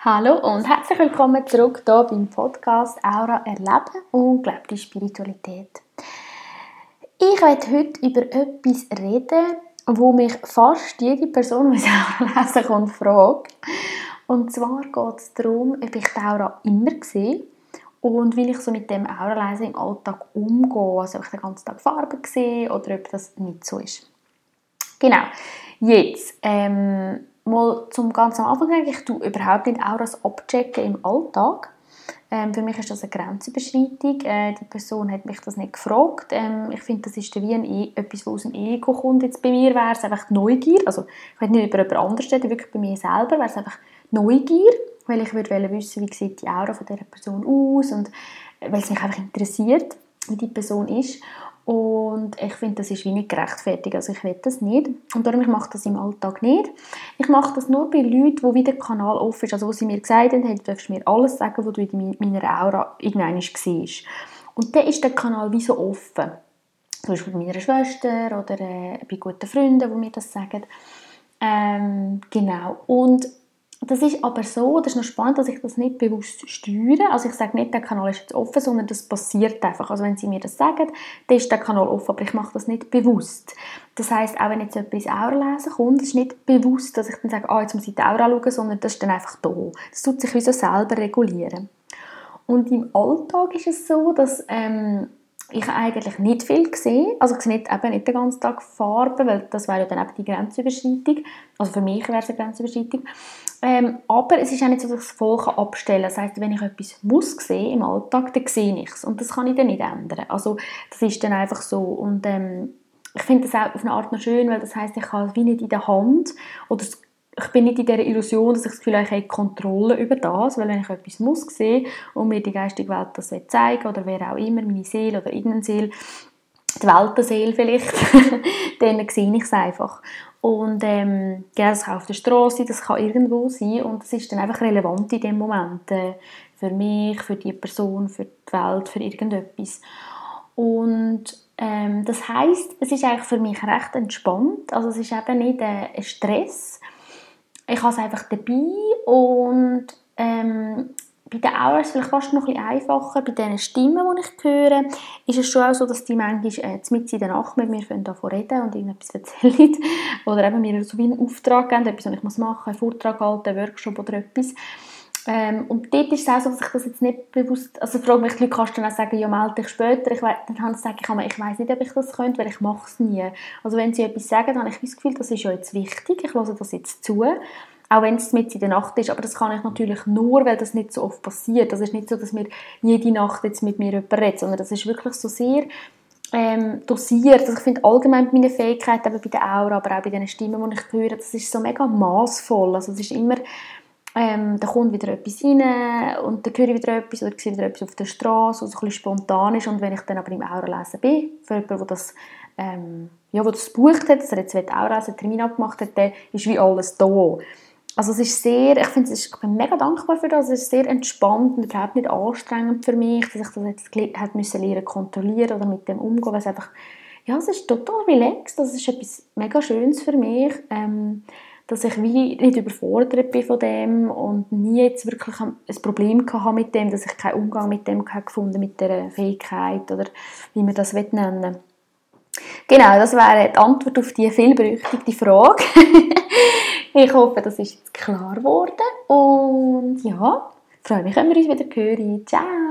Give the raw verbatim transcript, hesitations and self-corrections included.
Hallo und herzlich willkommen zurück hier beim Podcast Aura erleben und gelebte Spiritualität. Ich werde heute über etwas reden, wo mich fast jede Person, die Aura lesen kommt, fragt. Und zwar geht es darum, ob ich die Aura immer sehe und wie ich so mit dem Aura-Lesen im Alltag umgehe. Also ob ich den ganzen Tag Farben sehe oder ob das nicht so ist. Genau, jetzt ähm, mal zum ganz am Anfang sagen, ich tue überhaupt nicht Auras abchecken im Alltag. Ähm, für mich ist das eine Grenzüberschreitung. Äh, die Person hat mich das nicht gefragt. Ähm, ich finde, das ist wie ein e- etwas, was aus dem Ego kommt. Jetzt bei mir wäre es einfach Neugier. Also ich will nicht über jemand anderes reden, wirklich bei mir selber wäre es einfach Neugier, weil ich würde wissen, wie sieht die Aura von dieser Person aus und äh, weil es mich einfach interessiert, wie die Person ist. Und ich finde, das ist wie nicht gerechtfertigt. Also ich will das nicht. Und darum ich mache das im Alltag nicht. Ich mache das nur bei Leuten, wo wieder der Kanal offen ist. Also wo sie mir gesagt haben, hey, du darfst mir alles sagen, was du in meiner Aura irgendwann siehst. Und dann ist der Kanal wie so offen. Zum Beispiel bei meiner Schwester oder äh, bei guten Freunden, die mir das sagen. Ähm, genau. Und das ist aber so, das ist noch spannend, dass ich das nicht bewusst steuere. Also ich sage nicht, der Kanal ist jetzt offen, sondern das passiert einfach. Also wenn sie mir das sagen, dann ist der Kanal offen, aber ich mache das nicht bewusst. Das heisst, auch wenn jetzt jemand ins Aura-Lesen kommt, ist nicht bewusst, dass ich dann sage, ah, jetzt muss ich die Aura schauen, sondern das ist dann einfach da. Das tut sich wie so selber regulieren. Und im Alltag ist es so, dass ähm, ich eigentlich nicht viel sehe. Also ich sehe nicht, eben nicht den ganzen Tag Farben, weil das wäre ja dann eben die Grenzüberschreitung. Also für mich wäre es eine Grenzüberschreitung. Ähm, aber es ist auch nicht so, dass ich es voll abstellen kann. Das heisst, wenn ich etwas muss sehen im Alltag, dann sehe ich es. Und das kann ich dann nicht ändern. Also das ist dann einfach so. Und ähm, ich finde das auch auf eine Art noch schön, weil das heisst, ich habe es wie nicht in der Hand oder ich bin nicht in dieser Illusion, dass ich das Gefühl habe, ich habe Kontrolle über das, weil wenn ich etwas muss sehen und mir die geistige Welt das zeigen will, oder wer auch immer, meine Seele oder irgendeine Seele, die Weltenseele vielleicht, dann sehe ich es einfach. Und ähm, ja, das kann auf der Straße, das kann irgendwo sein und das ist dann einfach relevant in dem Moment äh, für mich, für die Person, für die Welt, für irgendetwas. Und ähm, das heisst, es ist eigentlich für mich recht entspannt, also es ist eben nicht äh, ein Stress. Ich habe es einfach dabei und ähm, bei den Auras ist es vielleicht fast noch ein bisschen einfacher. Bei den Stimmen, die ich höre, ist es schon auch so, dass die manchmal äh, mitten in der Nacht mit mir davon reden und irgendetwas erzählen. Oder eben mir so wie einen Auftrag geben, etwas, was ich machen muss, einen Vortrag halten, einen Workshop oder etwas. Ähm, und dort ist es auch so, dass ich das jetzt nicht bewusst, also frage mich die Leute, kannst du dann auch sagen, ja, melde dich später, ich weiss, dann sage ich immer, ich weiss nicht, ob ich das könnte, weil ich mache es nie. Also wenn sie etwas sagen, dann habe ich das Gefühl, das ist ja jetzt wichtig, ich höre das jetzt zu, auch wenn es mitten in der Nacht ist, aber das kann ich natürlich nur, weil das nicht so oft passiert. Das ist nicht so, dass mir jede Nacht jetzt mit mir jemand redet, sondern das ist wirklich so sehr ähm, dosiert. Also ich finde allgemein meine Fähigkeiten, eben bei der Aura, aber auch bei den Stimmen, die ich höre, das ist so mega massvoll. Also es ist immer Ähm, da kommt wieder etwas rein und dann höre ich wieder etwas oder ich sehe wieder etwas auf der Straße, was so ein bisschen spontan ist. Und wenn ich dann aber im Aura-Lesen bin, für jemanden, der das, ähm, ja, der das gebucht hat, dass er jetzt Aura-Lesen einen Termin abgemacht hat, dann ist wie alles da. Also es ist sehr, ich finde, ich bin mega dankbar für das, es ist sehr entspannt und überhaupt nicht anstrengend für mich, dass ich das jetzt hat müssen lernen kontrollieren oder mit dem umgehen, weil es einfach, ja, es ist total relaxed, das ist etwas mega Schönes für mich, ähm, dass ich wie nicht überfordert bin von dem und nie jetzt wirklich ein Problem hatte mit dem, dass ich keinen Umgang mit dem gefunden mit der Fähigkeit oder wie man das nennen will. Genau, das wäre die Antwort auf die vielberüchtigte Frage. Ich hoffe, das ist jetzt klar geworden und ja, freue mich, wenn wir uns wieder hören. Ciao!